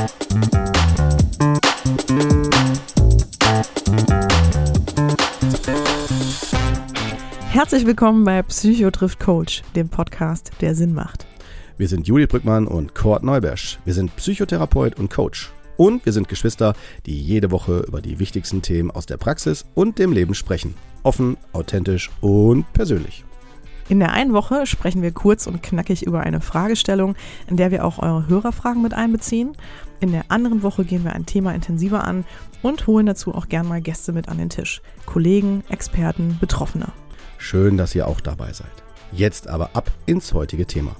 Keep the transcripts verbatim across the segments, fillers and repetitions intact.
Herzlich willkommen bei Psycho trifft Coach, dem Podcast, der Sinn macht. Wir sind Juli Brückmann und Kurt Neubersch. Wir sind Psychotherapeut und Coach. Und wir sind Geschwister, die jede Woche über die wichtigsten Themen aus der Praxis und dem Leben sprechen. Offen, authentisch und persönlich. In der einen Woche sprechen wir kurz und knackig über eine Fragestellung, in der wir auch eure Hörerfragen mit einbeziehen. In der anderen Woche gehen wir ein Thema intensiver an und holen dazu auch gern mal Gäste mit an den Tisch. Kollegen, Experten, Betroffene. Schön, dass ihr auch dabei seid. Jetzt aber ab ins heutige Thema.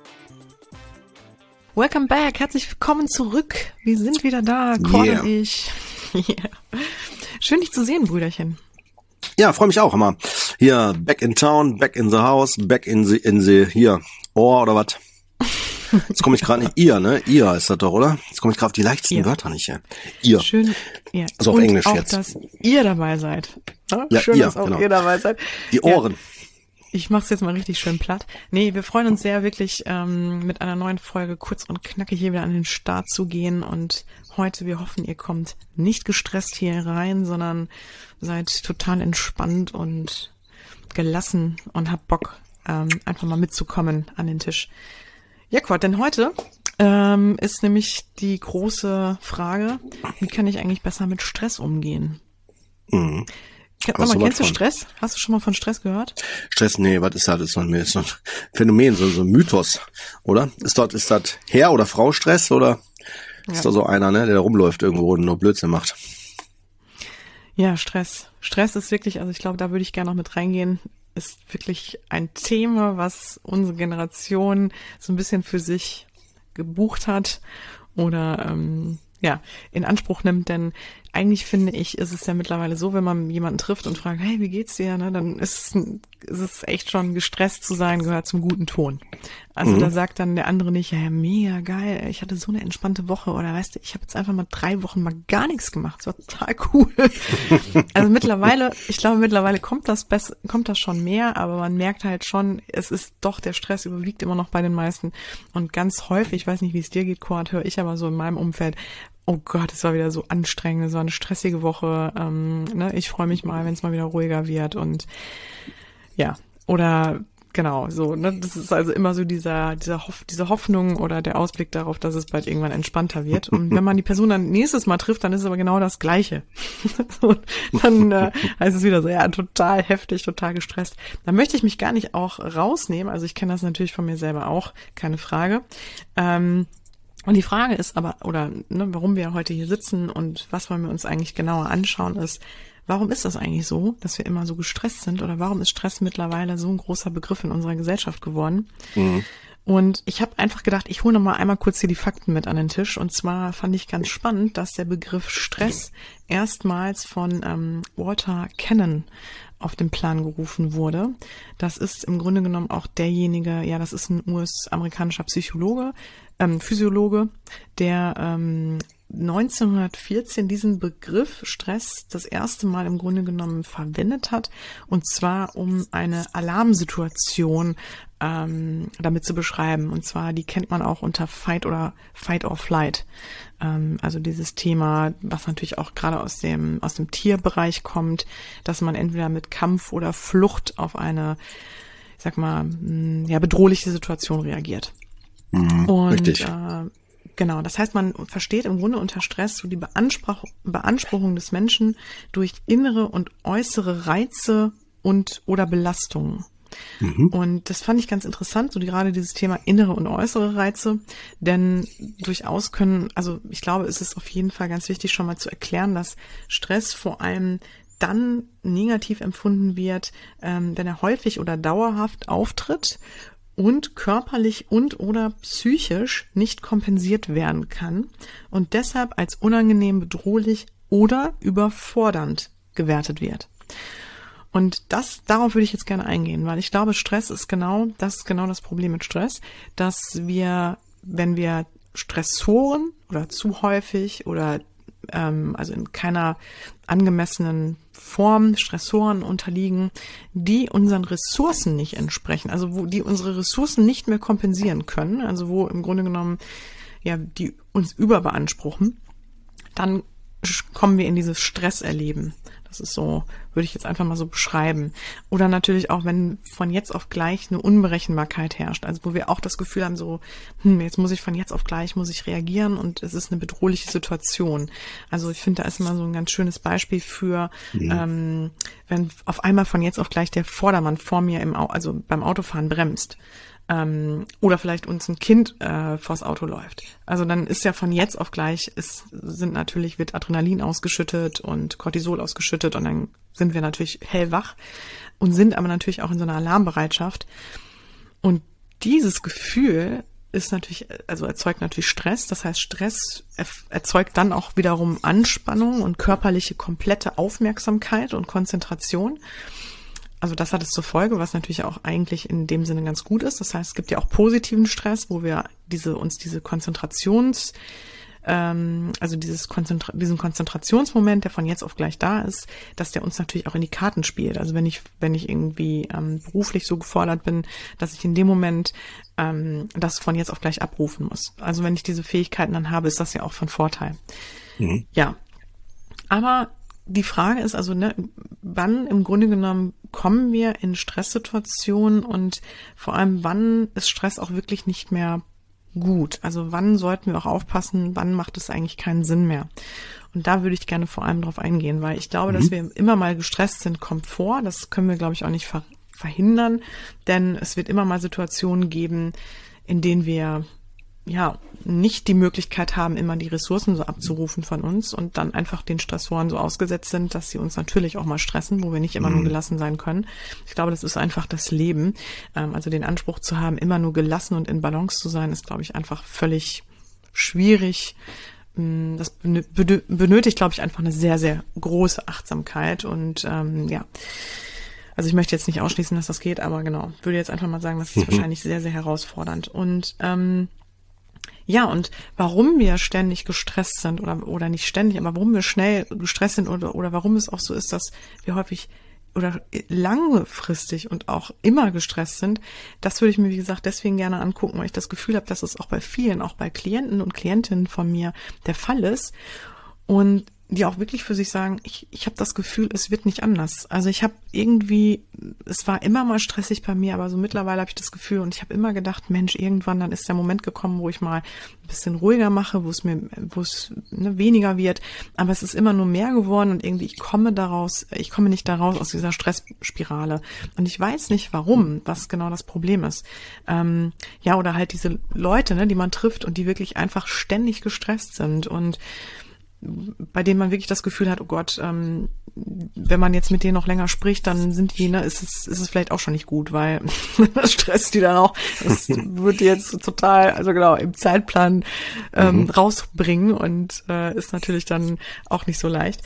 Welcome back, herzlich willkommen zurück. Wir sind wieder da, Kurt Yeah. und ich. Yeah. Schön, dich zu sehen, Brüderchen. Ja, freue mich auch immer. Hier, back in town, back in the house, back in the, in the, hier, Ohr oder was? Jetzt komme ich gerade nicht, ihr, ne? Ihr ist das doch, oder? Jetzt komme ich gerade auf die leichtesten Ihr. Wörter nicht her. Ihr. Schön, ja. Also auf und Englisch auch, jetzt. dass ihr dabei seid. Ja, Ja, schön, ihr, dass auch genau. ihr dabei seid. Die Ohren. Ja. Ich mach's jetzt mal richtig schön platt. Nee, wir freuen uns sehr, wirklich ähm, mit einer neuen Folge kurz und knackig hier wieder an den Start zu gehen. Und heute, wir hoffen, ihr kommt nicht gestresst hier rein, sondern seid total entspannt und gelassen und habt Bock, ähm, einfach mal mitzukommen an den Tisch. Ja, Quad, denn heute ähm, ist nämlich die große Frage, wie kann ich eigentlich besser mit Stress umgehen? Mhm. Sag Hast mal, du kennst du was von? Stress? Hast du schon mal von Stress gehört? Stress, nee, was ist das? Das ist so ein, ist so ein Phänomen, so, so ein Mythos, oder? Ist dort, ist das Herr- oder Frau-Stress, oder Ja. ist da so einer, ne, der da rumläuft irgendwo und nur Blödsinn macht? Ja, Stress. Stress ist wirklich, also ich glaube, da würde ich gerne noch mit reingehen, ist wirklich ein Thema, was unsere Generation so ein bisschen für sich gebucht hat oder ähm, ja, in Anspruch nimmt, denn eigentlich finde ich, ist es ja mittlerweile so, wenn man jemanden trifft und fragt, hey, wie geht's dir, ne, dann ist es, ist es echt schon, gestresst zu sein, gehört zum guten Ton. Also Mhm. da sagt dann der andere nicht, ja, mega geil, ich hatte so eine entspannte Woche oder weißt du, ich habe jetzt einfach mal drei Wochen mal gar nichts gemacht, das war total cool. Also mittlerweile, ich glaube mittlerweile kommt das besser, kommt das schon mehr, aber man merkt halt schon, es ist doch, der Stress überwiegt immer noch bei den meisten und ganz häufig, ich weiß nicht, wie es dir geht, Kurt, höre ich aber so in meinem Umfeld, oh Gott, es war wieder so anstrengend, es war eine stressige Woche. Ähm, ne? Ich freue mich mal, wenn es mal wieder ruhiger wird und ja, oder genau, so, ne? Das ist also immer so dieser, dieser Hoff, diese Hoffnung oder der Ausblick darauf, dass es bald irgendwann entspannter wird. Und wenn man die Person dann nächstes Mal trifft, dann ist es aber genau das Gleiche. Und dann äh, heißt es wieder so, ja, total heftig, total gestresst. Da möchte ich mich gar nicht auch rausnehmen. Also ich kenne das natürlich von mir selber auch, keine Frage. Ähm, Und die Frage ist aber, oder ne, warum wir heute hier sitzen und was wollen wir uns eigentlich genauer anschauen, ist, warum ist das eigentlich so, dass wir immer so gestresst sind oder warum ist Stress mittlerweile so ein großer Begriff in unserer Gesellschaft geworden? Mhm. Und ich habe einfach gedacht, ich hole noch mal einmal kurz hier die Fakten mit an den Tisch. Und zwar fand ich ganz spannend, dass der Begriff Stress erstmals von ähm, Walter Cannon auf den Plan gerufen wurde. Das ist im Grunde genommen auch derjenige, ja, das ist ein U S-amerikanischer Psychologe, ähm, Physiologe, der ähm, neunzehnhundertvierzehn diesen Begriff Stress das erste Mal im Grunde genommen verwendet hat, und zwar um eine Alarmsituation ähm, damit zu beschreiben. Und zwar, die kennt man auch unter Fight oder Fight or Flight. Ähm, also dieses Thema, was natürlich auch gerade aus dem aus dem Tierbereich kommt, dass man entweder mit Kampf oder Flucht auf eine, ich sag mal, mh, ja, bedrohliche Situation reagiert. Mhm, Und richtig. Äh, genau, das heißt, man versteht im Grunde unter Stress so die Beanspruch Beanspruchung des Menschen durch innere und äußere Reize und oder Belastungen. Mhm. Und das fand ich ganz interessant, so die, gerade dieses Thema innere und äußere Reize, denn durchaus können, also ich glaube, es ist auf jeden Fall ganz wichtig, schon mal zu erklären, dass Stress vor allem dann negativ empfunden wird, ähm, wenn er häufig oder dauerhaft auftritt und körperlich und oder psychisch nicht kompensiert werden kann und deshalb als unangenehm, bedrohlich oder überfordernd gewertet wird. Und das, darauf würde ich jetzt gerne eingehen, weil ich glaube, Stress ist genau, das ist genau das Problem mit Stress, dass wir, wenn wir Stressoren oder zu häufig oder ähm, also in keiner angemessenen Form Stressoren unterliegen, die unseren Ressourcen nicht entsprechen, also wo die unsere Ressourcen nicht mehr kompensieren können, also wo im Grunde genommen ja, die uns überbeanspruchen, dann kommen wir in dieses Stresserleben. Das ist so, würde ich jetzt einfach mal so beschreiben. Oder natürlich auch, wenn von jetzt auf gleich eine Unberechenbarkeit herrscht. Also wo wir auch das Gefühl haben, so, hm, jetzt muss ich von jetzt auf gleich, muss ich reagieren und es ist eine bedrohliche Situation. Also ich finde, da ist immer so ein ganz schönes Beispiel für, mhm. ähm, wenn auf einmal von jetzt auf gleich der Vordermann vor mir im Au- also beim Autofahren bremst. Ähm, oder vielleicht uns ein Kind äh, vors Auto läuft. Also dann ist ja von jetzt auf gleich, ist, sind natürlich, wird Adrenalin ausgeschüttet und Cortisol ausgeschüttet und dann sind wir natürlich hellwach und sind aber natürlich auch in so einer Alarmbereitschaft. Und dieses Gefühl ist natürlich, also erzeugt natürlich Stress. Das heißt, Stress erzeugt dann auch wiederum Anspannung und körperliche komplette Aufmerksamkeit und Konzentration. Also das hat es zur Folge, was natürlich auch eigentlich in dem Sinne ganz gut ist. Das heißt, es gibt ja auch positiven Stress, wo wir diese uns diese Konzentrations, ähm, also dieses Konzentra- diesen Konzentrationsmoment, der von jetzt auf gleich da ist, dass der uns natürlich auch in die Karten spielt. Also wenn ich wenn ich irgendwie ähm, beruflich so gefordert bin, dass ich in dem Moment ähm, das von jetzt auf gleich abrufen muss. Also wenn ich diese Fähigkeiten dann habe, ist das ja auch von Vorteil. Mhm. Ja, aber die Frage ist also, ne, wann im Grunde genommen kommen wir in Stresssituationen und vor allem, wann ist Stress auch wirklich nicht mehr gut? Also wann sollten wir auch aufpassen, wann macht es eigentlich keinen Sinn mehr? Und da würde ich gerne vor allem drauf eingehen, weil ich glaube, mhm. dass wir immer mal gestresst sind, kommt vor. Das können wir, glaube ich, auch nicht ver- verhindern, denn es wird immer mal Situationen geben, in denen wir ja nicht die Möglichkeit haben, immer die Ressourcen so abzurufen von uns und dann einfach den Stressoren so ausgesetzt sind, dass sie uns natürlich auch mal stressen, wo wir nicht immer mhm. nur gelassen sein können. Ich glaube, das ist einfach das Leben. Ähm, also den Anspruch zu haben, immer nur gelassen und in Balance zu sein, ist, glaube ich, einfach völlig schwierig. Das benötigt, glaube ich, einfach eine sehr, sehr große Achtsamkeit und ähm, ja, also ich möchte jetzt nicht ausschließen, dass das geht, aber genau, würde jetzt einfach mal sagen, das ist mhm. wahrscheinlich sehr, sehr herausfordernd. Und ähm, ja, und warum wir ständig gestresst sind oder oder nicht ständig, aber warum wir schnell gestresst sind oder oder warum es auch so ist, dass wir häufig oder langfristig und auch immer gestresst sind, das würde ich mir, wie gesagt, deswegen gerne angucken, weil ich das Gefühl habe, dass es auch bei vielen, auch bei Klienten und Klientinnen von mir der Fall ist und die auch wirklich für sich sagen, ich ich habe das Gefühl, es wird nicht anders. Also ich habe irgendwie, es war immer mal stressig bei mir, aber so mittlerweile habe ich das Gefühl und ich habe immer gedacht, Mensch, irgendwann dann ist der Moment gekommen, wo ich mal ein bisschen ruhiger mache, wo es mir, wo es ne, weniger wird, aber es ist immer nur mehr geworden und irgendwie ich komme daraus, ich komme nicht daraus aus dieser Stressspirale und ich weiß nicht warum, was genau das Problem ist. Ähm, ja, oder halt diese Leute, ne, die man trifft und die wirklich einfach ständig gestresst sind und bei denen man wirklich das Gefühl hat, oh Gott, ähm, wenn man jetzt mit denen noch länger spricht, dann sind die, ne, ist es, ist es vielleicht auch schon nicht gut, weil das stresst die dann auch. Das wird die jetzt total, also genau, im Zeitplan ähm, mhm. rausbringen und äh, ist natürlich dann auch nicht so leicht.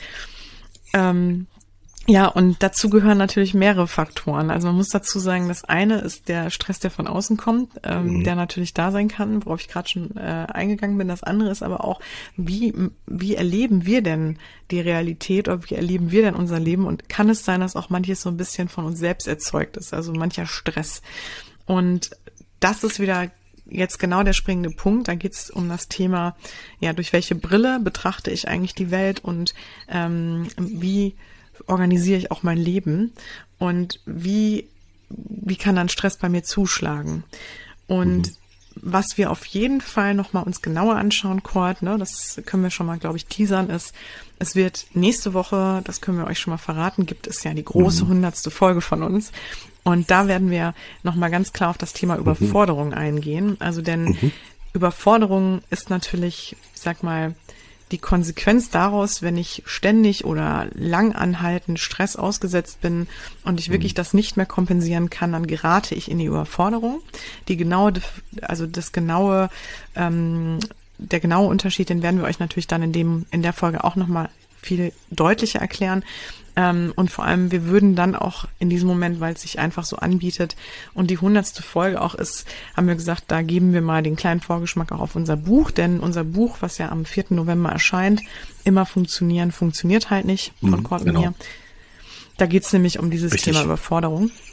Ähm, Ja, und dazu gehören natürlich mehrere Faktoren. Also man muss dazu sagen, das eine ist der Stress, der von außen kommt, ähm, mhm. der natürlich da sein kann, worauf ich gerade schon äh, eingegangen bin. Das andere ist aber auch, wie wie erleben wir denn die Realität oder wie erleben wir denn unser Leben? Und kann es sein, dass auch manches so ein bisschen von uns selbst erzeugt ist, also mancher Stress. Und das ist wieder jetzt genau der springende Punkt. Da geht es um das Thema, ja, durch welche Brille betrachte ich eigentlich die Welt und ähm, wie organisiere ich auch mein Leben und wie wie kann dann Stress bei mir zuschlagen? Und mhm. was wir auf jeden Fall nochmal uns genauer anschauen, Cord, ne, das können wir schon mal, glaube ich, teasern, ist, es wird nächste Woche, das können wir euch schon mal verraten, gibt es ja die große hundertste mhm. Folge von uns. Und da werden wir nochmal ganz klar auf das Thema Überforderung mhm. eingehen. Also denn mhm. Überforderung ist natürlich, ich sag mal, die Konsequenz daraus, wenn ich ständig oder lang anhaltend Stress ausgesetzt bin und ich wirklich das nicht mehr kompensieren kann, dann gerate ich in die Überforderung. Die genaue, also das genaue, ähm, der genaue Unterschied, den werden wir euch natürlich dann in dem, in der Folge auch nochmal viel deutlicher erklären. Ähm, und vor allem, wir würden dann auch in diesem Moment, weil es sich einfach so anbietet und die hundertste Folge auch ist, haben wir gesagt, da geben wir mal den kleinen Vorgeschmack auch auf unser Buch, denn unser Buch, was ja am vierten November erscheint, immer funktionieren, funktioniert halt nicht, von Cord und mir. Da geht es nämlich um dieses Richtig. Thema Überforderung.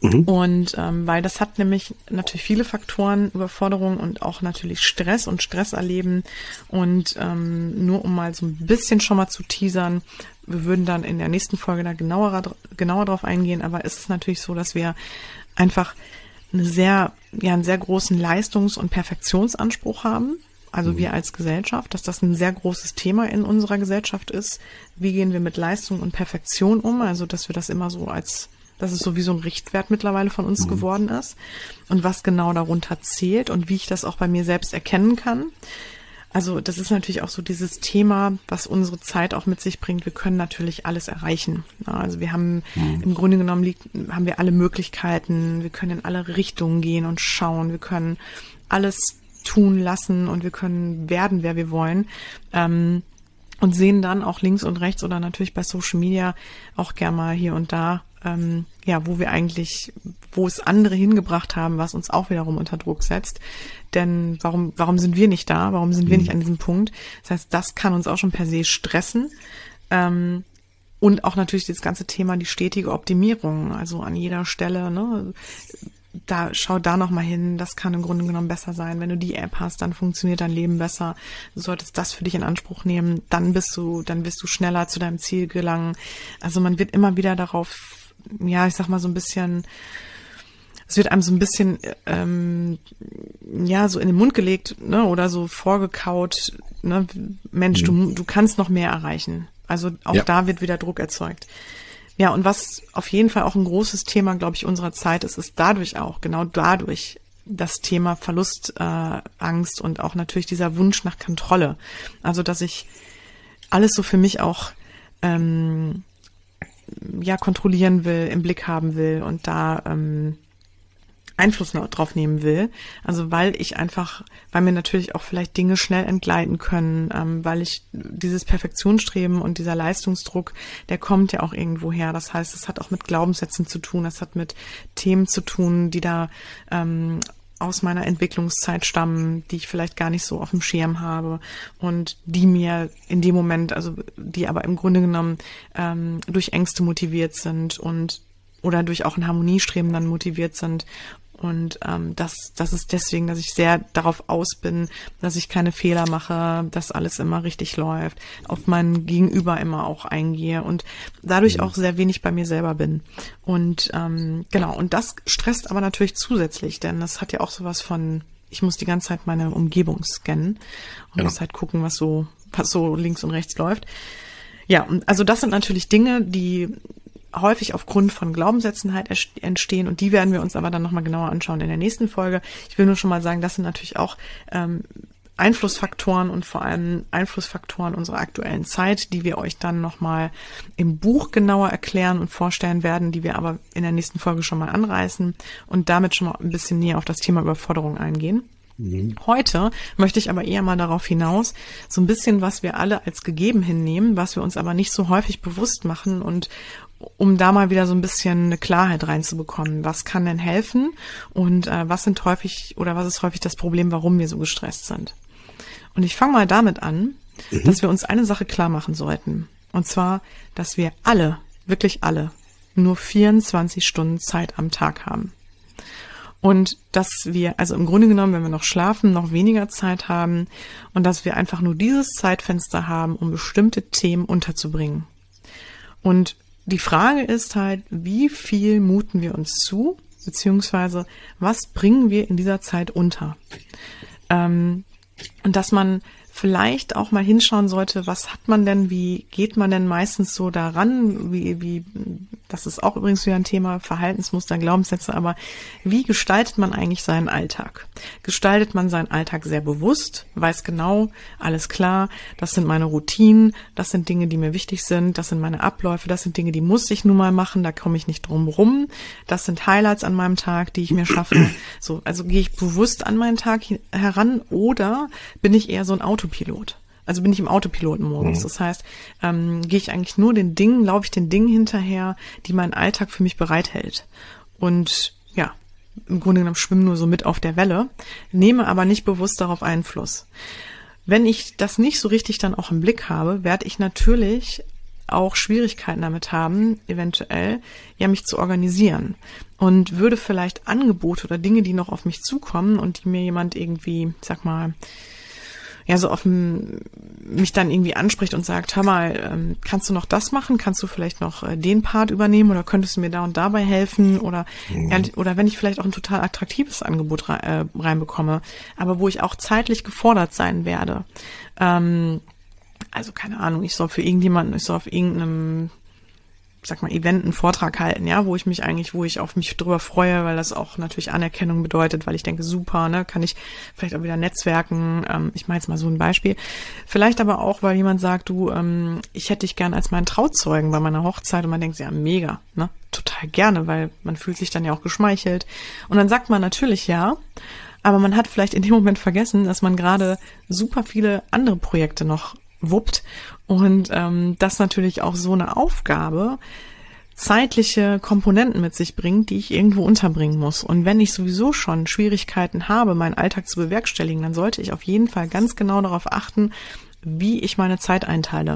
Mhm. Und ähm, weil das hat nämlich natürlich viele Faktoren, Überforderung und auch natürlich Stress und Stress erleben. Und ähm, nur um mal so ein bisschen schon mal zu teasern, wir würden dann in der nächsten Folge da genauer, genauer drauf eingehen, aber es ist natürlich so, dass wir einfach eine sehr, ja, einen sehr großen Leistungs- und Perfektionsanspruch haben. Also mhm. wir als Gesellschaft, dass das ein sehr großes Thema in unserer Gesellschaft ist. Wie gehen wir mit Leistung und Perfektion um? Also, dass wir das immer so als, dass es so wie so ein Richtwert mittlerweile von uns mhm. geworden ist. Und was genau darunter zählt und wie ich das auch bei mir selbst erkennen kann. Also das ist natürlich auch so dieses Thema, was unsere Zeit auch mit sich bringt. Wir können natürlich alles erreichen. Also wir haben mhm. im Grunde genommen liegt, haben wir alle Möglichkeiten. Wir können in alle Richtungen gehen und schauen. Wir können alles tun lassen und wir können werden, wer wir wollen. Ähm, und sehen dann auch links und rechts oder natürlich bei Social Media auch gerne mal hier und da, ähm, ja, wo wir eigentlich, wo es andere hingebracht haben, was uns auch wiederum unter Druck setzt. Denn warum, warum sind wir nicht da? Warum sind wir nicht an diesem Punkt? Das heißt, das kann uns auch schon per se stressen. Ähm, und auch natürlich das ganze Thema, die stetige Optimierung, also an jeder Stelle, ne? Da, schau da noch mal hin, das kann im Grunde genommen besser sein. Wenn du die App hast, dann funktioniert dein Leben besser. Du solltest das für dich in Anspruch nehmen, dann bist du, dann wirst du schneller zu deinem Ziel gelangen. Also man wird immer wieder darauf, ja, ich sag mal so ein bisschen, es wird einem so ein bisschen, ähm, ja, so in den Mund gelegt, ne, oder so vorgekaut, ne, Mensch, mhm. du, du kannst noch mehr erreichen. Also auch ja. da wird wieder Druck erzeugt. Ja, und was auf jeden Fall auch ein großes Thema, glaube ich, unserer Zeit ist, ist dadurch auch, genau dadurch, das Thema Verlustangst äh, und auch natürlich dieser Wunsch nach Kontrolle. Also, dass ich alles so für mich auch ähm, ja kontrollieren will, im Blick haben will und da ähm, Einfluss drauf nehmen will. Also weil ich einfach, weil mir natürlich auch vielleicht Dinge schnell entgleiten können, ähm, weil ich dieses Perfektionsstreben und dieser Leistungsdruck, der kommt ja auch irgendwo her. Das heißt, es hat auch mit Glaubenssätzen zu tun, es hat mit Themen zu tun, die da ähm, aus meiner Entwicklungszeit stammen, die ich vielleicht gar nicht so auf dem Schirm habe und die mir in dem Moment, also die aber im Grunde genommen ähm, durch Ängste motiviert sind und oder durch auch ein Harmoniestreben dann motiviert sind. Und ähm, das, das ist deswegen, dass ich sehr darauf aus bin, dass ich keine Fehler mache, dass alles immer richtig läuft, auf mein Gegenüber immer auch eingehe und dadurch auch sehr wenig bei mir selber bin. Und ähm, genau, und das stresst aber natürlich zusätzlich, denn das hat ja auch sowas von, ich muss die ganze Zeit meine Umgebung scannen und ja. muss halt gucken, was so, was so links und rechts läuft. Ja, und also das sind natürlich Dinge, die häufig aufgrund von Glaubenssätzen halt entstehen und die werden wir uns aber dann nochmal genauer anschauen in der nächsten Folge. Ich will nur schon mal sagen, das sind natürlich auch ähm, Einflussfaktoren und vor allem Einflussfaktoren unserer aktuellen Zeit, die wir euch dann nochmal im Buch genauer erklären und vorstellen werden, die wir aber in der nächsten Folge schon mal anreißen und damit schon mal ein bisschen näher auf das Thema Überforderung eingehen. Mhm. Heute möchte ich aber eher mal darauf hinaus, so ein bisschen, was wir alle als gegeben hinnehmen, was wir uns aber nicht so häufig bewusst machen und um da mal wieder so ein bisschen eine Klarheit reinzubekommen. Was kann denn helfen und äh, was sind häufig oder was ist häufig das Problem, warum wir so gestresst sind? Und ich fange mal damit an, mhm. dass wir uns eine Sache klar machen sollten. Und zwar, dass wir alle, wirklich alle, nur vierundzwanzig Stunden Zeit am Tag haben. Und dass wir, also im Grunde genommen, wenn wir noch schlafen, noch weniger Zeit haben und dass wir einfach nur dieses Zeitfenster haben, um bestimmte Themen unterzubringen. Und die Frage ist halt, wie viel muten wir uns zu, beziehungsweise was bringen wir in dieser Zeit unter? Ähm, und dass man vielleicht auch mal hinschauen sollte, was hat man denn, wie geht man denn meistens so daran, wie, wie, das ist auch übrigens wieder ein Thema, Verhaltensmuster, Glaubenssätze, aber wie gestaltet man eigentlich seinen Alltag? Gestaltet man seinen Alltag sehr bewusst, weiß genau, alles klar, das sind meine Routinen, das sind Dinge, die mir wichtig sind, das sind meine Abläufe, das sind Dinge, die muss ich nun mal machen, da komme ich nicht drum rum, das sind Highlights an meinem Tag, die ich mir schaffe. So, also gehe ich bewusst an meinen Tag heran oder bin ich eher so ein Autopilot? Also bin ich im Autopilotenmodus. Mhm. Das heißt, ähm, gehe ich eigentlich nur den Dingen, laufe ich den Dingen hinterher, die meinen Alltag für mich bereithält. Und ja, im Grunde genommen schwimme nur so mit auf der Welle, nehme aber nicht bewusst darauf Einfluss. Wenn ich das nicht so richtig dann auch im Blick habe, werde ich natürlich auch Schwierigkeiten damit haben, eventuell, ja, mich zu organisieren. Und würde vielleicht Angebote oder Dinge, die noch auf mich zukommen und die mir jemand irgendwie, sag mal, ja, so offen mich dann irgendwie anspricht und sagt, hör mal, ähm, kannst du noch das machen? Kannst du vielleicht noch äh, den Part übernehmen oder könntest du mir da und dabei helfen? Oder mhm. ja, oder wenn ich vielleicht auch ein total attraktives Angebot rei- äh, reinbekomme, aber wo ich auch zeitlich gefordert sein werde. Ähm, also keine Ahnung, ich soll für irgendjemanden, ich soll auf irgendeinem, sag mal, Event einen Vortrag halten, ja, wo ich mich eigentlich, wo ich auf mich drüber freue, weil das auch natürlich Anerkennung bedeutet, weil ich denke, super, ne, kann ich vielleicht auch wieder netzwerken, ähm, ich mache jetzt mal so ein Beispiel. Vielleicht aber auch, weil jemand sagt, du, ähm, ich hätte dich gern als meinen Trauzeugen bei meiner Hochzeit und man denkt, ja, mega, ne, total gerne, weil man fühlt sich dann ja auch geschmeichelt. Und dann sagt man natürlich ja, aber man hat vielleicht in dem Moment vergessen, dass man gerade super viele andere Projekte noch wuppt und ähm, das natürlich auch so eine Aufgabe zeitliche Komponenten mit sich bringt, die ich irgendwo unterbringen muss. Und wenn ich sowieso schon Schwierigkeiten habe, meinen Alltag zu bewerkstelligen, dann sollte ich auf jeden Fall ganz genau darauf achten, wie ich meine Zeit einteile.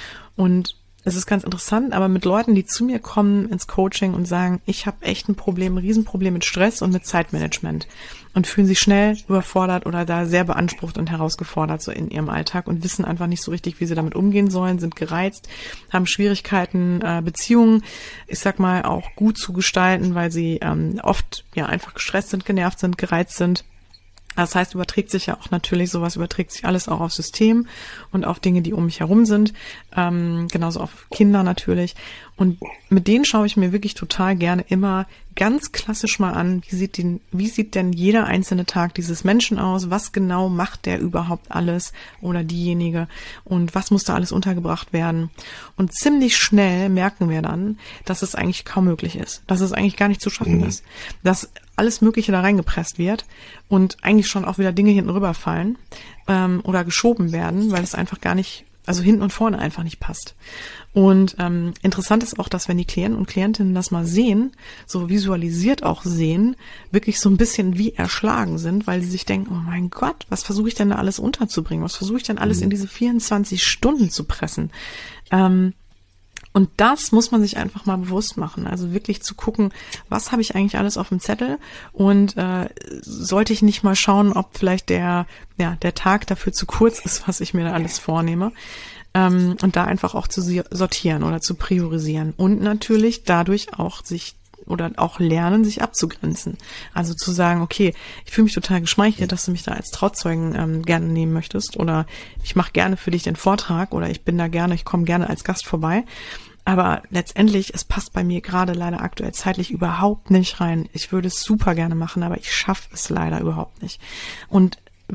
Und es ist ganz interessant, aber mit Leuten, die zu mir kommen ins Coaching und sagen, ich habe echt ein Problem, ein Riesenproblem mit Stress und mit Zeitmanagement und fühlen sich schnell überfordert oder da sehr beansprucht und herausgefordert so in ihrem Alltag und wissen einfach nicht so richtig, wie sie damit umgehen sollen, sind gereizt, haben Schwierigkeiten, äh, Beziehungen, ich sag mal, auch gut zu gestalten, weil sie ähm, oft ja einfach gestresst sind, genervt sind, gereizt sind. Das heißt, überträgt sich ja auch natürlich, sowas überträgt sich alles auch aufs System und auf Dinge, die um mich herum sind, ähm, genauso auf Kinder natürlich. Und mit denen schaue ich mir wirklich total gerne immer ganz klassisch mal an, wie sieht den, wie sieht denn jeder einzelne Tag dieses Menschen aus, was genau macht der überhaupt alles oder diejenige und was muss da alles untergebracht werden. Und ziemlich schnell merken wir dann, dass es eigentlich kaum möglich ist, dass es eigentlich gar nicht zu schaffen mhm. ist, dass alles Mögliche da reingepresst wird und eigentlich schon auch wieder Dinge hinten rüberfallen ähm, oder geschoben werden, weil es einfach gar nicht, also hinten und vorne einfach nicht passt. Und ähm, interessant ist auch, dass wenn die Klienten und Klientinnen das mal sehen, so visualisiert auch sehen, wirklich so ein bisschen wie erschlagen sind, weil sie sich denken, oh mein Gott, was versuche ich denn da alles unterzubringen? Was versuche ich denn alles mhm. in diese vierundzwanzig Stunden zu pressen? Ähm, Und das muss man sich einfach mal bewusst machen. Also wirklich zu gucken, was habe ich eigentlich alles auf dem Zettel und äh, sollte ich nicht mal schauen, ob vielleicht der ja der Tag dafür zu kurz ist, was ich mir da alles vornehme. Ähm, und da einfach auch zu sortieren oder zu priorisieren. Und natürlich dadurch auch sich oder auch lernen, sich abzugrenzen. Also zu sagen, okay, ich fühle mich total geschmeichelt, dass du mich da als Trauzeugen ähm, gerne nehmen möchtest oder ich mache gerne für dich den Vortrag oder ich bin da gerne, ich komme gerne als Gast vorbei. Aber letztendlich, es passt bei mir gerade leider aktuell zeitlich überhaupt nicht rein. Ich würde es super gerne machen, aber ich schaffe es leider überhaupt nicht. Und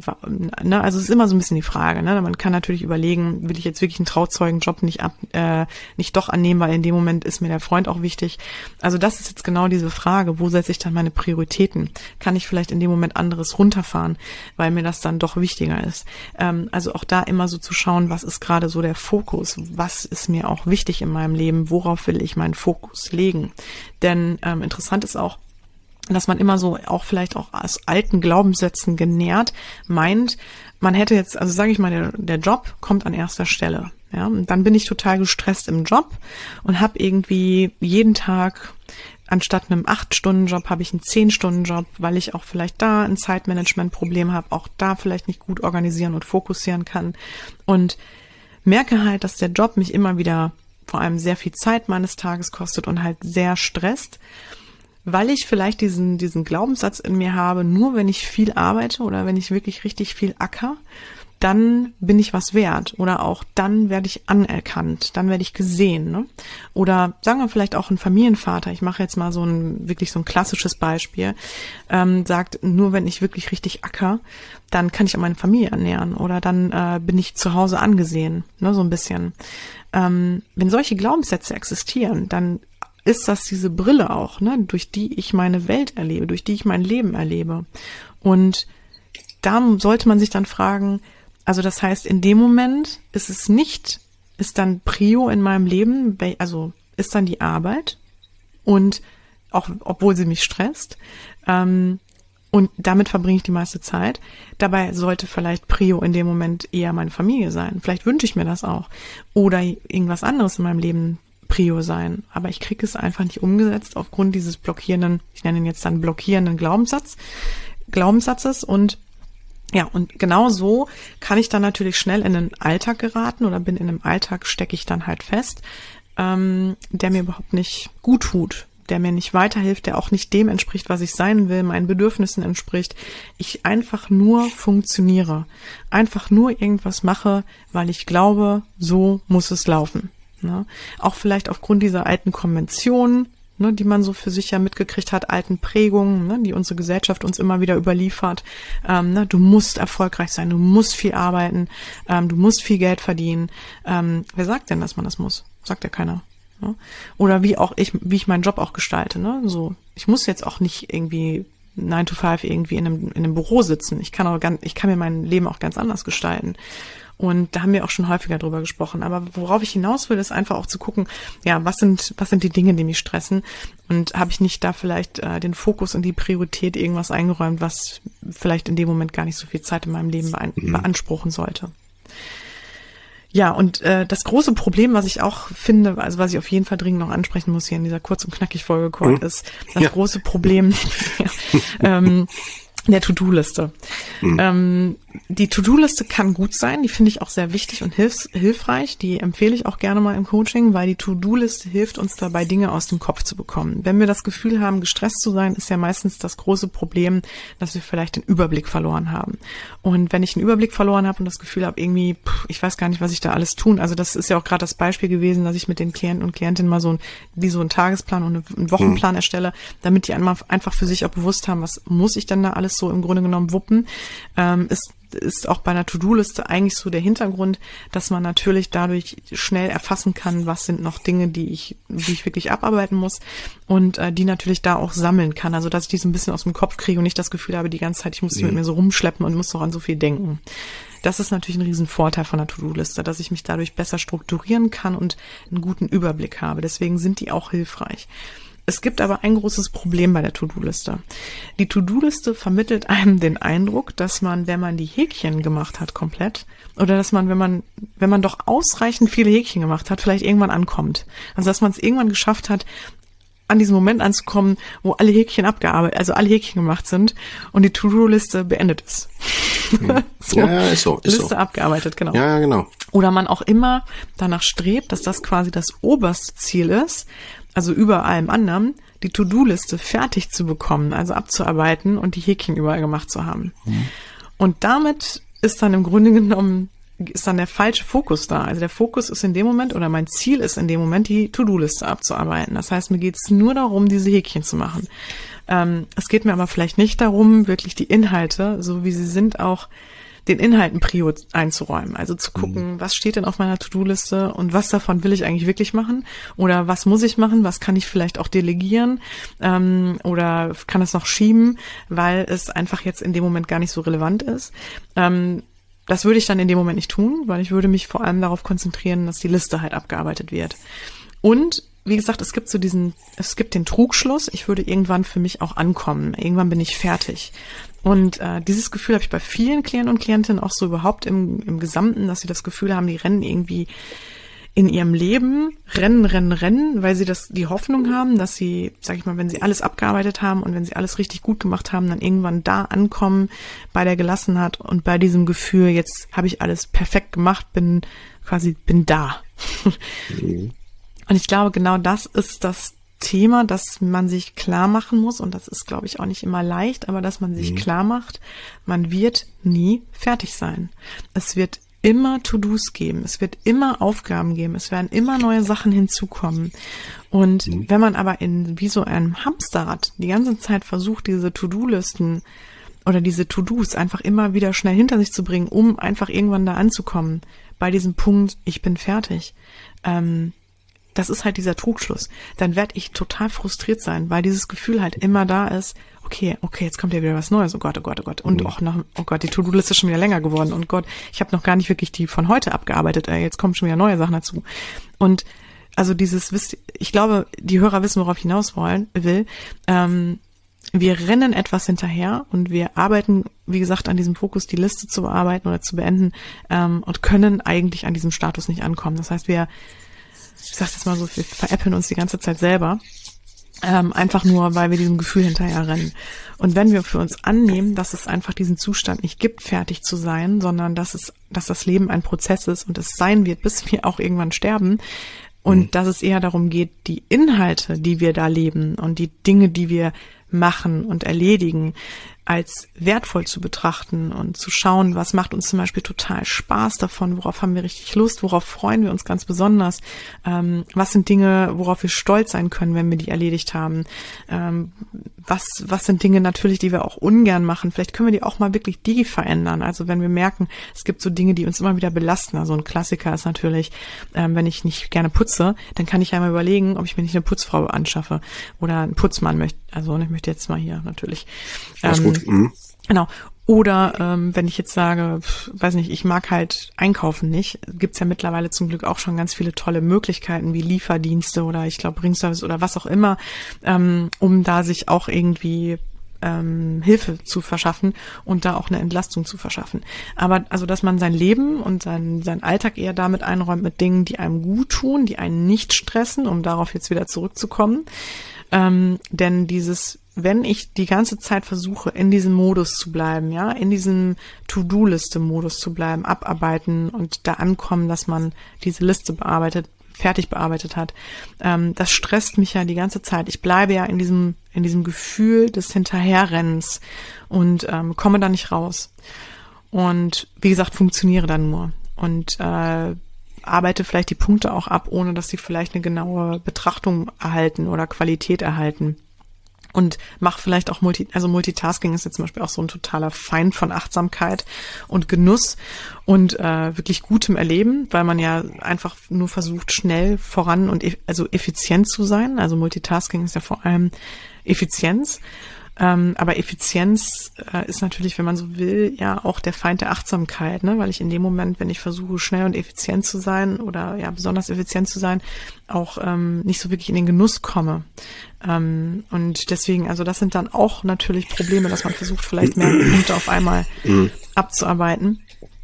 ne, also es ist immer so ein bisschen die Frage, ne? Man kann natürlich überlegen, will ich jetzt wirklich einen Trauzeugenjob nicht ab, äh, nicht doch annehmen, weil in dem Moment ist mir der Freund auch wichtig. Also das ist jetzt genau diese Frage, wo setze ich dann meine Prioritäten? Kann ich vielleicht in dem Moment anderes runterfahren, weil mir das dann doch wichtiger ist? Ähm, also auch da immer so zu schauen, was ist gerade so der Fokus? Was ist mir auch wichtig in meinem Leben? Worauf will ich meinen Fokus legen? Denn ähm, interessant ist auch, dass man immer so auch vielleicht auch aus alten Glaubenssätzen genährt meint, man hätte jetzt, also sage ich mal, der, der Job kommt an erster Stelle. Ja, und dann bin ich total gestresst im Job und habe irgendwie jeden Tag anstatt einem acht-Stunden-Job habe ich einen zehn-Stunden-Job, weil ich auch vielleicht da ein Zeitmanagement-Problem habe, auch da vielleicht nicht gut organisieren und fokussieren kann und merke halt, dass der Job mich immer wieder vor allem sehr viel Zeit meines Tages kostet und halt sehr stresst, weil ich vielleicht diesen diesen Glaubenssatz in mir habe, nur wenn ich viel arbeite oder wenn ich wirklich richtig viel acker, dann bin ich was wert oder auch dann werde ich anerkannt, dann werde ich gesehen, ne? Oder sagen wir vielleicht auch ein Familienvater, ich mache jetzt mal so ein wirklich so ein klassisches Beispiel, ähm, sagt, nur wenn ich wirklich richtig acker, dann kann ich auch meine Familie ernähren oder dann äh, bin ich zu Hause angesehen, ne, so ein bisschen. Ähm, wenn solche Glaubenssätze existieren, dann ist das diese Brille auch, ne, durch die ich meine Welt erlebe, durch die ich mein Leben erlebe. Und da sollte man sich dann fragen, also das heißt, in dem Moment ist es nicht, ist dann Prio in meinem Leben, also ist dann die Arbeit und auch, obwohl sie mich stresst, ähm, Und damit verbringe ich die meiste Zeit. Dabei sollte vielleicht Prio in dem Moment eher meine Familie sein. Vielleicht wünsche ich mir das auch. Oder irgendwas anderes in meinem Leben Prio sein. Aber ich kriege es einfach nicht umgesetzt aufgrund dieses blockierenden, ich nenne ihn jetzt dann blockierenden Glaubenssatz, Glaubenssatzes. Und ja, und genau so kann ich dann natürlich schnell in einen Alltag geraten oder bin in einem Alltag, stecke ich dann halt fest, ähm, der mir überhaupt nicht gut tut, der mir nicht weiterhilft, der auch nicht dem entspricht, was ich sein will, meinen Bedürfnissen entspricht. Ich einfach nur funktioniere, einfach nur irgendwas mache, weil ich glaube, so muss es laufen. Ne? Auch vielleicht aufgrund dieser alten Konventionen, ne, die man so für sich ja mitgekriegt hat, alten Prägungen, ne, die unsere Gesellschaft uns immer wieder überliefert. Ähm, ne, du musst erfolgreich sein, du musst viel arbeiten, ähm, du musst viel Geld verdienen. Ähm, wer sagt denn, dass man das muss? Sagt ja keiner. Ne? Oder wie auch ich, wie ich meinen Job auch gestalte. Ne? So, ich muss jetzt auch nicht irgendwie nine to five irgendwie in einem, in einem Büro sitzen. Ich kann auch ganz, ich kann mir mein Leben auch ganz anders gestalten. Und da haben wir auch schon häufiger drüber gesprochen. Aber worauf ich hinaus will, ist einfach auch zu gucken, ja, was sind, was sind die Dinge, die mich stressen? Und habe ich nicht da vielleicht äh, den Fokus und die Priorität irgendwas eingeräumt, was vielleicht in dem Moment gar nicht so viel Zeit in meinem Leben bean- mhm. beanspruchen sollte? Ja, und äh, das große Problem, was ich auch finde, also was ich auf jeden Fall dringend noch ansprechen muss hier in dieser kurz und knackig Folge, Kurt, mhm. ist das ja. große Problem ja, ähm, der To-Do-Liste. Mhm. Ähm, die To-Do-Liste kann gut sein, die finde ich auch sehr wichtig und hilfs- hilfreich. Die empfehle ich auch gerne mal im Coaching, weil die To-Do-Liste hilft uns dabei, Dinge aus dem Kopf zu bekommen. Wenn wir das Gefühl haben, gestresst zu sein, ist ja meistens das große Problem, dass wir vielleicht den Überblick verloren haben. Und wenn ich den Überblick verloren habe und das Gefühl habe, irgendwie, pff, ich weiß gar nicht, was ich da alles tun. Also das ist ja auch gerade das Beispiel gewesen, dass ich mit den Klienten und Klientinnen mal so ein, wie so einen Tagesplan und einen Wochenplan mhm. erstelle, damit die einfach für sich auch bewusst haben, was muss ich denn da alles so im Grunde genommen wuppen, ähm, ist ist auch bei einer To-Do-Liste eigentlich so der Hintergrund, dass man natürlich dadurch schnell erfassen kann, was sind noch Dinge, die ich, die ich wirklich abarbeiten muss und äh, die natürlich da auch sammeln kann. Also dass ich die so ein bisschen aus dem Kopf kriege und nicht das Gefühl habe, die ganze Zeit, ich muss die mhm. mit mir so rumschleppen und muss noch an so viel denken. Das ist natürlich ein Riesenvorteil von der To-Do-Liste, dass ich mich dadurch besser strukturieren kann und einen guten Überblick habe. Deswegen sind die auch hilfreich. Es gibt aber ein großes Problem bei der To-Do-Liste. Die To-Do-Liste vermittelt einem den Eindruck, dass man, wenn man die Häkchen gemacht hat komplett, oder dass man, wenn man, wenn man doch ausreichend viele Häkchen gemacht hat, vielleicht irgendwann ankommt. Also dass man es irgendwann geschafft hat, an diesem Moment anzukommen, wo alle Häkchen abgearbeitet, also alle Häkchen gemacht sind und die To-Do-Liste beendet ist. so, ja, ja, ist so, ist Liste so. abgearbeitet, genau. Ja, ja, genau. Oder man auch immer danach strebt, dass das quasi das oberste Ziel ist, also über allem anderen, die To-Do-Liste fertig zu bekommen, also abzuarbeiten und die Häkchen überall gemacht zu haben. Mhm. Und damit ist dann im Grunde genommen, ist dann der falsche Fokus da. Also der Fokus ist in dem Moment, oder mein Ziel ist in dem Moment, die To-Do-Liste abzuarbeiten. Das heißt, mir geht es nur darum, diese Häkchen zu machen. Ähm, es geht mir aber vielleicht nicht darum, wirklich die Inhalte, so wie sie sind, auch den Inhalten Prio einzuräumen. Also zu gucken, mhm. was steht denn auf meiner To-Do-Liste und was davon will ich eigentlich wirklich machen? Oder was muss ich machen? Was kann ich vielleicht auch delegieren? Ähm, oder kann es noch schieben, weil es einfach jetzt in dem Moment gar nicht so relevant ist? Ähm, das würde ich dann in dem Moment nicht tun, weil ich würde mich vor allem darauf konzentrieren, dass die Liste halt abgearbeitet wird. Und wie gesagt, es gibt so diesen, es gibt den Trugschluss, ich würde irgendwann für mich auch ankommen. Irgendwann bin ich fertig. Und äh, dieses Gefühl habe ich bei vielen Klienten und Klientinnen auch so überhaupt im, im Gesamten, dass sie das Gefühl haben, die rennen irgendwie in ihrem Leben, rennen, rennen, rennen, weil sie das die Hoffnung haben, dass sie, sag ich mal, wenn sie alles abgearbeitet haben und wenn sie alles richtig gut gemacht haben, dann irgendwann da ankommen bei der Gelassenheit und bei diesem Gefühl, jetzt habe ich alles perfekt gemacht, bin quasi, bin da. Mhm. Und ich glaube, genau das ist das Thema, dass man sich klar machen muss, und das ist, glaube ich, auch nicht immer leicht, aber dass man sich mhm. klar macht, man wird nie fertig sein. Es wird immer To-Dos geben, es wird immer Aufgaben geben, es werden immer neue Sachen hinzukommen. Und mhm. wenn man aber in wie so einem Hamsterrad die ganze Zeit versucht, diese To-Do-Listen oder diese To-Dos einfach immer wieder schnell hinter sich zu bringen, um einfach irgendwann da anzukommen, bei diesem Punkt, ich bin fertig, ähm, das ist halt dieser Trugschluss. Dann werde ich total frustriert sein, weil dieses Gefühl halt immer da ist, okay, okay, jetzt kommt ja wieder was Neues, oh Gott, oh Gott, oh Gott. Und auch noch, oh Gott, die To-Do-Liste ist schon wieder länger geworden. Und Gott, ich habe noch gar nicht wirklich die von heute abgearbeitet, äh, jetzt kommen schon wieder neue Sachen dazu. Und also dieses, wisst, ich glaube, die Hörer wissen, worauf ich hinaus wollen, will. Ähm, wir rennen etwas hinterher und wir arbeiten, wie gesagt, an diesem Fokus, die Liste zu bearbeiten oder zu beenden ähm, und können eigentlich an diesem Status nicht ankommen. Das heißt, wir, ich sag's jetzt mal so, wir veräppeln uns die ganze Zeit selber, ähm, einfach nur, weil wir diesem Gefühl hinterher rennen. Und wenn wir für uns annehmen, dass es einfach diesen Zustand nicht gibt, fertig zu sein, sondern dass es, dass das Leben ein Prozess ist und es sein wird, bis wir auch irgendwann sterben, und mhm. dass es eher darum geht, die Inhalte, die wir da leben und die Dinge, die wir machen und erledigen, als wertvoll zu betrachten und zu schauen, was macht uns zum Beispiel total Spaß davon, worauf haben wir richtig Lust, worauf freuen wir uns ganz besonders, ähm, was sind Dinge, worauf wir stolz sein können, wenn wir die erledigt haben, ähm, was was sind Dinge natürlich, die wir auch ungern machen, vielleicht können wir die auch mal wirklich die verändern, also wenn wir merken, es gibt so Dinge, die uns immer wieder belasten, also ein Klassiker ist natürlich, ähm, wenn ich nicht gerne putze, dann kann ich ja mal überlegen, ob ich mir nicht eine Putzfrau anschaffe oder einen Putzmann möchte, also ich möchte jetzt mal hier natürlich ähm, Mhm. Genau. Oder ähm, wenn ich jetzt sage, pf, weiß nicht, ich mag halt einkaufen nicht, gibt's ja mittlerweile zum Glück auch schon ganz viele tolle Möglichkeiten wie Lieferdienste oder ich glaube Bringservice oder was auch immer, ähm, um da sich auch irgendwie ähm, Hilfe zu verschaffen und da auch eine Entlastung zu verschaffen. Aber also, dass man sein Leben und sein, sein Alltag eher damit einräumt mit Dingen, die einem gut tun, die einen nicht stressen, um darauf jetzt wieder zurückzukommen. Ähm, denn dieses wenn ich die ganze Zeit versuche, in diesem Modus zu bleiben, ja, in diesem To-Do-Liste-Modus zu bleiben, abarbeiten und da ankommen, dass man diese Liste bearbeitet, fertig bearbeitet hat, ähm, das stresst mich ja die ganze Zeit. Ich bleibe ja in diesem, in diesem Gefühl des Hinterherrennens und ähm, komme da nicht raus. Und wie gesagt, funktioniere dann nur und äh, arbeite vielleicht die Punkte auch ab, ohne dass sie vielleicht eine genaue Betrachtung erhalten oder Qualität erhalten. Und mach vielleicht auch Multi, also Multitasking ist jetzt zum Beispiel auch so ein totaler Feind von Achtsamkeit und Genuss und äh, wirklich gutem Erleben, weil man ja einfach nur versucht, schnell voran und e- also effizient zu sein. Also Multitasking ist ja vor allem Effizienz. Ähm, aber Effizienz äh, ist natürlich, wenn man so will, ja auch der Feind der Achtsamkeit, ne? Weil ich in dem Moment, wenn ich versuche, schnell und effizient zu sein oder ja besonders effizient zu sein, auch ähm, nicht so wirklich in den Genuss komme. Ähm, und deswegen, also das sind dann auch natürlich Probleme, dass man versucht, vielleicht mehr Punkte auf einmal mhm. abzuarbeiten.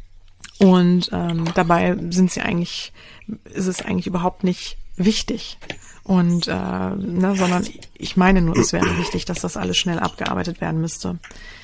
Und ähm, dabei sind sie eigentlich, ist es eigentlich überhaupt nicht wichtig. Und äh, ne, sondern ich meine nur, es wäre wichtig, dass das alles schnell abgearbeitet werden müsste.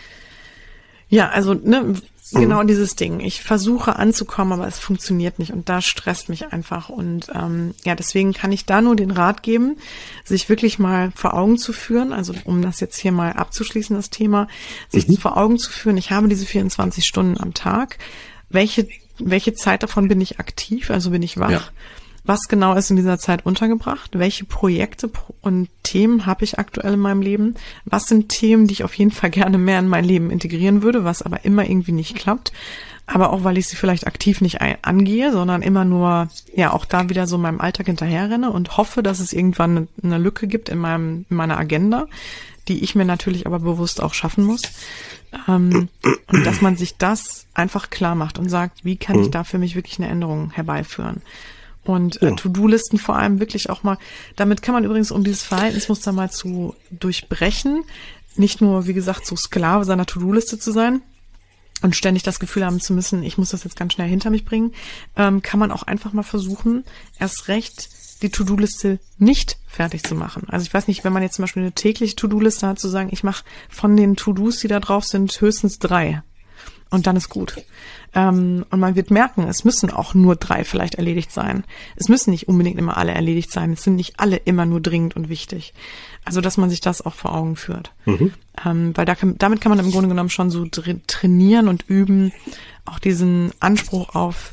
Ja, also ne, genau dieses Ding. Ich versuche anzukommen, aber es funktioniert nicht und da stresst mich einfach. Und ähm, ja, deswegen kann ich da nur den Rat geben, sich wirklich mal vor Augen zu führen, also um das jetzt hier mal abzuschließen, das Thema, sich mhm. vor Augen zu führen, ich habe diese vierundzwanzig Stunden am Tag. Welche, welche Zeit davon bin ich aktiv, also bin ich wach? Ja. Was genau ist in dieser Zeit untergebracht? Welche Projekte und Themen habe ich aktuell in meinem Leben? Was sind Themen, die ich auf jeden Fall gerne mehr in mein Leben integrieren würde, was aber immer irgendwie nicht klappt? Aber auch, weil ich sie vielleicht aktiv nicht angehe, sondern immer nur, ja, auch da wieder so meinem Alltag hinterherrenne und hoffe, dass es irgendwann eine Lücke gibt in meinem, in meiner Agenda, die ich mir natürlich aber bewusst auch schaffen muss. Ähm, und dass man sich das einfach klar macht und sagt, wie kann ich da für mich wirklich eine Änderung herbeiführen? Und äh, To-Do-Listen vor allem wirklich auch mal, damit kann man übrigens, um dieses Verhaltensmuster mal zu durchbrechen, nicht nur, wie gesagt, so Sklave seiner To-Do-Liste zu sein und ständig das Gefühl haben zu müssen, ich muss das jetzt ganz schnell hinter mich bringen, ähm, kann man auch einfach mal versuchen, erst recht die To-Do-Liste nicht fertig zu machen. Also ich weiß nicht, wenn man jetzt zum Beispiel eine tägliche To-Do-Liste hat, zu sagen, ich mache von den To-Dos, die da drauf sind, höchstens drei. Und dann ist gut. Ähm, und man wird merken, es müssen auch nur drei vielleicht erledigt sein. Es müssen nicht unbedingt immer alle erledigt sein. Es sind nicht alle immer nur dringend und wichtig. Also, dass man sich das auch vor Augen führt. Mhm. Ähm, weil da kann, damit kann man im Grunde genommen schon so tra- trainieren und üben, auch diesen Anspruch auf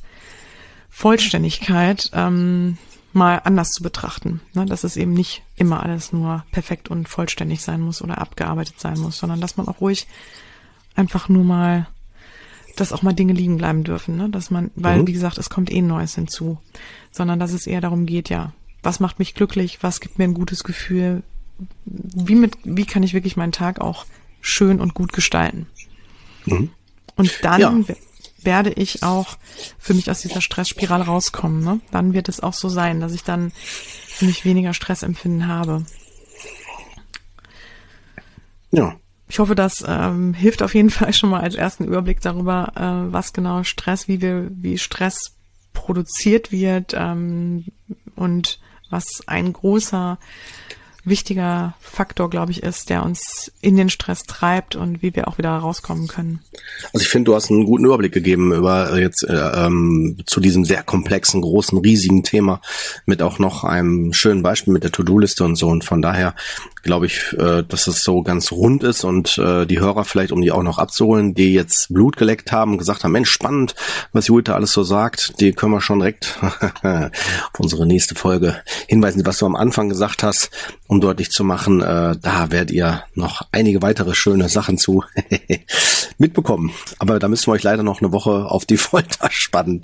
Vollständigkeit ähm, mal anders zu betrachten. Ne? Dass es eben nicht immer alles nur perfekt und vollständig sein muss oder abgearbeitet sein muss, sondern dass man auch ruhig einfach nur mal dass auch mal Dinge liegen bleiben dürfen, ne? Dass man, weil, mhm. wie gesagt, es kommt eh Neues hinzu, sondern dass es eher darum geht, ja, was macht mich glücklich, was gibt mir ein gutes Gefühl, wie mit, wie kann ich wirklich meinen Tag auch schön und gut gestalten. Mhm. Und dann ja. werde ich auch für mich aus dieser Stressspirale rauskommen, ne? Dann wird es auch so sein, dass ich dann für mich weniger Stressempfinden habe. Ja. Ich hoffe, das ähm, hilft auf jeden Fall schon mal als ersten Überblick darüber, äh, was genau Stress, wie wir, wie Stress produziert wird ähm, und was ein großer, wichtiger Faktor, glaube ich, ist, der uns in den Stress treibt und wie wir auch wieder rauskommen können. Also ich finde, du hast einen guten Überblick gegeben über jetzt äh, ähm, zu diesem sehr komplexen, großen, riesigen Thema mit auch noch einem schönen Beispiel mit der To-Do-Liste und so. Und von daher glaube ich, äh, dass es so ganz rund ist und äh, die Hörer vielleicht, um die auch noch abzuholen, die jetzt Blut geleckt haben und gesagt haben, Mensch, spannend, was Jutta alles so sagt, die können wir schon direkt auf unsere nächste Folge hinweisen, was du am Anfang gesagt hast, um deutlich zu machen, äh, da werdet ihr noch einige weitere schöne Sachen zu mitbekommen. Aber da müssen wir euch leider noch eine Woche auf die Folter spannen.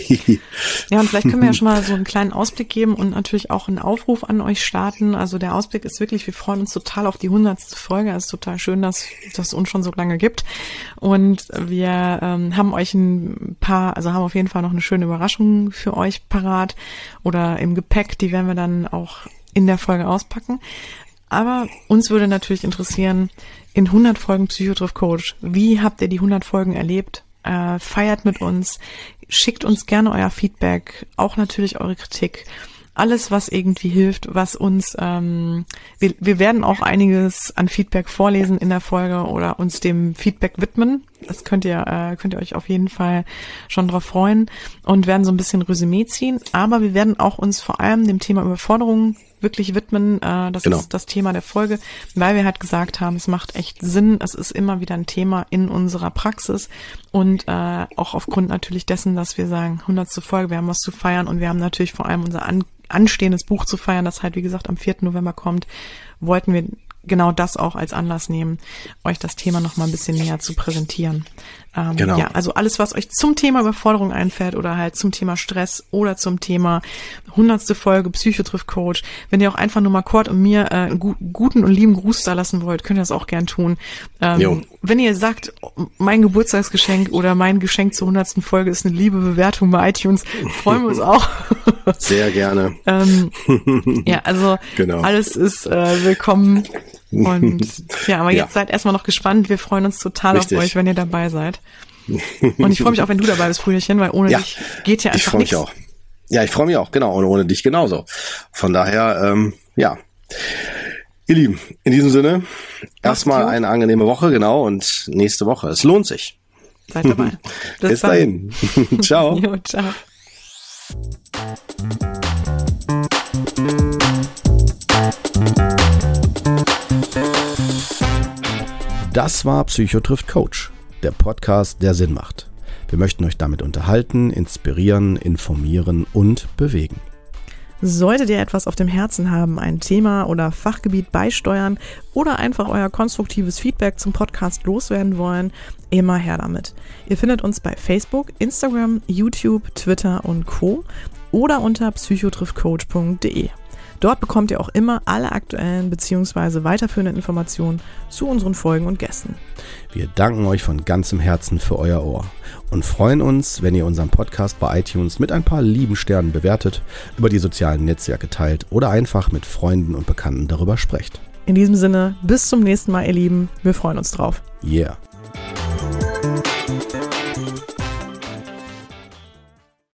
Ja, und vielleicht können wir ja schon mal so einen kleinen Ausblick geben und natürlich auch einen Aufruf an euch starten. Also der Ausblick ist wirklich, wir freuen uns total auf die hundertste Folge. Es ist total schön, dass das uns schon so lange gibt. Und wir ähm, haben euch ein paar, also haben auf jeden Fall noch eine schöne Überraschung für euch parat oder im Gepäck. Die werden wir dann auch in der Folge auspacken. Aber uns würde natürlich interessieren, in hundert Folgen Psychotriff Coach, wie habt ihr die hundert Folgen erlebt? Äh, feiert mit uns, schickt uns gerne euer Feedback, auch natürlich eure Kritik. Alles, was irgendwie hilft, was uns, ähm, wir, wir werden auch einiges an Feedback vorlesen in der Folge oder uns dem Feedback widmen. Das könnt ihr, äh, könnt ihr euch auf jeden Fall schon drauf freuen und werden so ein bisschen Resümee ziehen. Aber wir werden auch uns vor allem dem Thema Überforderung wirklich widmen. Äh, das genau. ist das Thema der Folge, weil wir halt gesagt haben, es macht echt Sinn. Es ist immer wieder ein Thema in unserer Praxis und äh, auch aufgrund natürlich dessen, dass wir sagen, hundertste Folge, wir haben was zu feiern und wir haben natürlich vor allem unser an, anstehendes Buch zu feiern, das halt, wie gesagt, am vierten November kommt, wollten wir genau das auch als Anlass nehmen, euch das Thema noch mal ein bisschen näher zu präsentieren. Ähm, genau. Ja, also alles, was euch zum Thema Überforderung einfällt oder halt zum Thema Stress oder zum Thema hundertste Folge Psychotriff Coach. Wenn ihr auch einfach nur mal Kurt und mir äh, einen gu- guten und lieben Gruß da lassen wollt, könnt ihr das auch gern tun. Ähm, wenn ihr sagt, mein Geburtstagsgeschenk oder mein Geschenk zur hundertsten Folge ist eine liebe Bewertung bei iTunes, freuen wir uns auch. Sehr gerne. ähm, ja, also genau. Alles ist äh, willkommen. Und ja, aber jetzt ja. seid erstmal noch gespannt. Wir freuen uns total Richtig. auf euch, wenn ihr dabei seid. Und ich freue mich auch, wenn du dabei bist, Brüderchen, weil ohne ja, dich geht ja einfach nichts. Ich freue mich auch. Ja, ich freue mich auch, genau. Und ohne dich genauso. Von daher, ähm, ja. Ihr Lieben, in diesem Sinne, erstmal eine angenehme Woche, genau. Und nächste Woche. Es lohnt sich. Seid dabei. Bis, Bis dahin. Ciao. Jo, ciao. Das war Psycho trifft Coach, der Podcast, der Sinn macht. Wir möchten euch damit unterhalten, inspirieren, informieren und bewegen. Solltet ihr etwas auf dem Herzen haben, ein Thema oder Fachgebiet beisteuern oder einfach euer konstruktives Feedback zum Podcast loswerden wollen, immer her damit. Ihr findet uns bei Facebook, Instagram, YouTube, Twitter und Co. oder unter psychotriffcoach punkt de. Dort bekommt ihr auch immer alle aktuellen bzw. weiterführenden Informationen zu unseren Folgen und Gästen. Wir danken euch von ganzem Herzen für euer Ohr und freuen uns, wenn ihr unseren Podcast bei iTunes mit ein paar lieben Sternen bewertet, über die sozialen Netzwerke teilt oder einfach mit Freunden und Bekannten darüber sprecht. In diesem Sinne, bis zum nächsten Mal, ihr Lieben. Wir freuen uns drauf. Yeah.